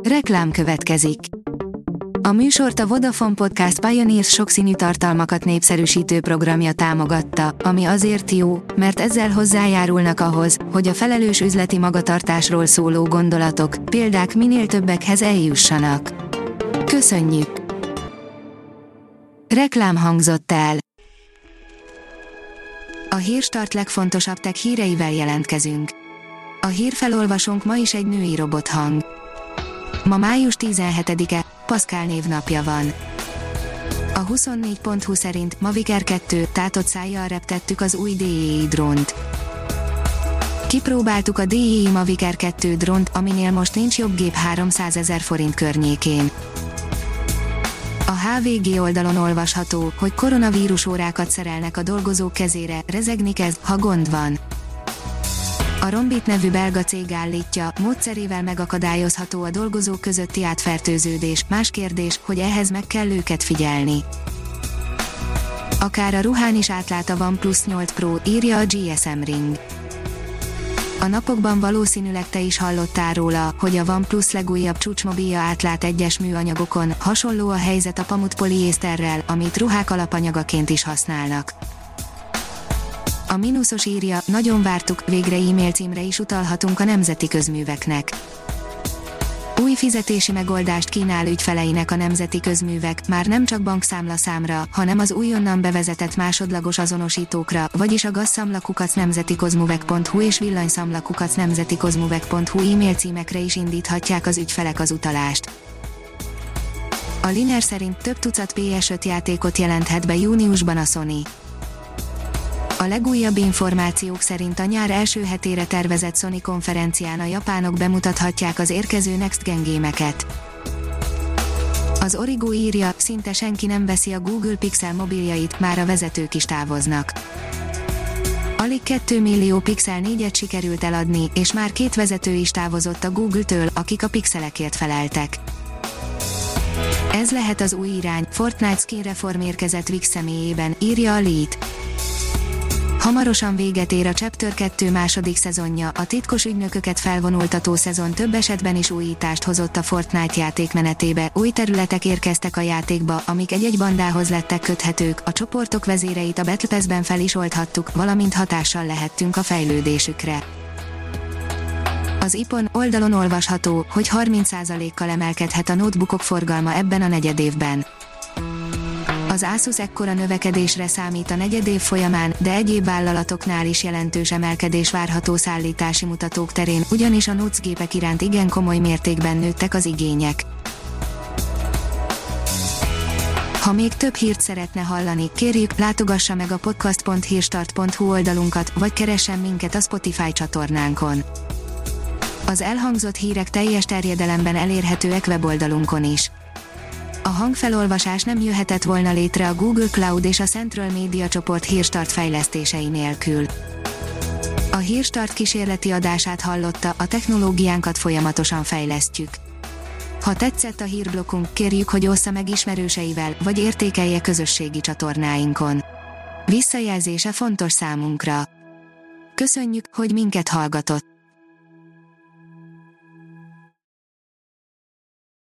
Reklám következik. A műsort a Vodafone Podcast Pioneers sokszínű tartalmakat népszerűsítő programja támogatta, ami azért jó, mert ezzel hozzájárulnak ahhoz, hogy a felelős üzleti magatartásról szóló gondolatok, példák minél többekhez eljussanak. Köszönjük! Reklám hangzott el. A Hírstart legfontosabb tech híreivel jelentkezünk. A hírfelolvasónk ma is egy női robothang. Ma május 17-e, Paszkál névnapja van. A 24.20 szerint Mavic Air 2 tátott szájjal reptettük az új DJI drónt. Kipróbáltuk a DJI Mavic Air 2 drónt, aminél most nincs jobb gép 300 000 forint környékén. A HVG oldalon olvasható, hogy koronavírus órákat szerelnek a dolgozók kezére, rezegni kezd, ha gond van. A Rombit nevű belga cég állítja, módszerével megakadályozható a dolgozók közötti átfertőződés, más kérdés, hogy ehhez meg kell őket figyelni. Akár a ruhán is átlát a OnePlus 8 Pro, írja a GSM Ring. A napokban valószínűleg te is hallottál róla, hogy a OnePlus legújabb csúcsmobilja átlát egyes műanyagokon, hasonló a helyzet a pamut-poliészterrel, amit ruhák alapanyagaként is használnak. A Minusos írja, nagyon vártuk, végre e-mail címre is utalhatunk a nemzeti közműveknek. Új fizetési megoldást kínál ügyfeleinek a nemzeti közművek, már nem csak bankszámlaszámra, hanem az újonnan bevezetett másodlagos azonosítókra, vagyis a gazszámla@nemzetikozmuvek.hu és villanyszámla@nemzetikozmuvek.hu e-mail címekre is indíthatják az ügyfelek az utalást. A Liner szerint több tucat PS5 játékot jelenthet be júniusban a Sony. A legújabb információk szerint a nyár első hetére tervezett Sony konferencián a japánok bemutathatják az érkező Next Gen gémeket. Az Origo írja, szinte senki nem veszi a Google Pixel mobiljait, már a vezetők is távoznak. Alig 2 millió Pixel 4-et sikerült eladni, és már 2 vezető is távozott a Google-től, akik a pixelekért feleltek. Ez lehet az új irány, Fortnite skin reform érkezett Vix személyében, írja a Lead. Hamarosan véget ér a Chapter 2 második szezonja, a titkos ügynököket felvonultató szezon több esetben is újítást hozott a Fortnite játékmenetébe, új területek érkeztek a játékba, amik egy-egy bandához lettek köthetők, a csoportok vezéreit a Battle Pass-ben fel is oldhattuk, valamint hatással lehettünk a fejlődésükre. Az IPON oldalon olvasható, hogy 30%-kal emelkedhet a notebookok forgalma ebben a negyedévben. Az Asus ekkora növekedésre számít a negyedév folyamán, de egyéb vállalatoknál is jelentős emelkedés várható szállítási mutatók terén, ugyanis a Notes gépek iránt igen komoly mértékben nőttek az igények. Ha még több hírt szeretne hallani, kérjük, látogassa meg a podcast.hírstart.hu oldalunkat, vagy keressen minket a Spotify csatornánkon. Az elhangzott hírek teljes terjedelemben elérhetőek weboldalunkon is. A hangfelolvasás nem jöhetett volna létre a Google Cloud és a Central Media csoport Hírstart fejlesztései nélkül. A Hírstart kísérleti adását hallotta, a technológiánkat folyamatosan fejlesztjük. Ha tetszett a hírblokkunk, kérjük, hogy ossza meg ismerőseivel, vagy értékelje közösségi csatornáinkon. Visszajelzése fontos számunkra. Köszönjük, hogy minket hallgatott!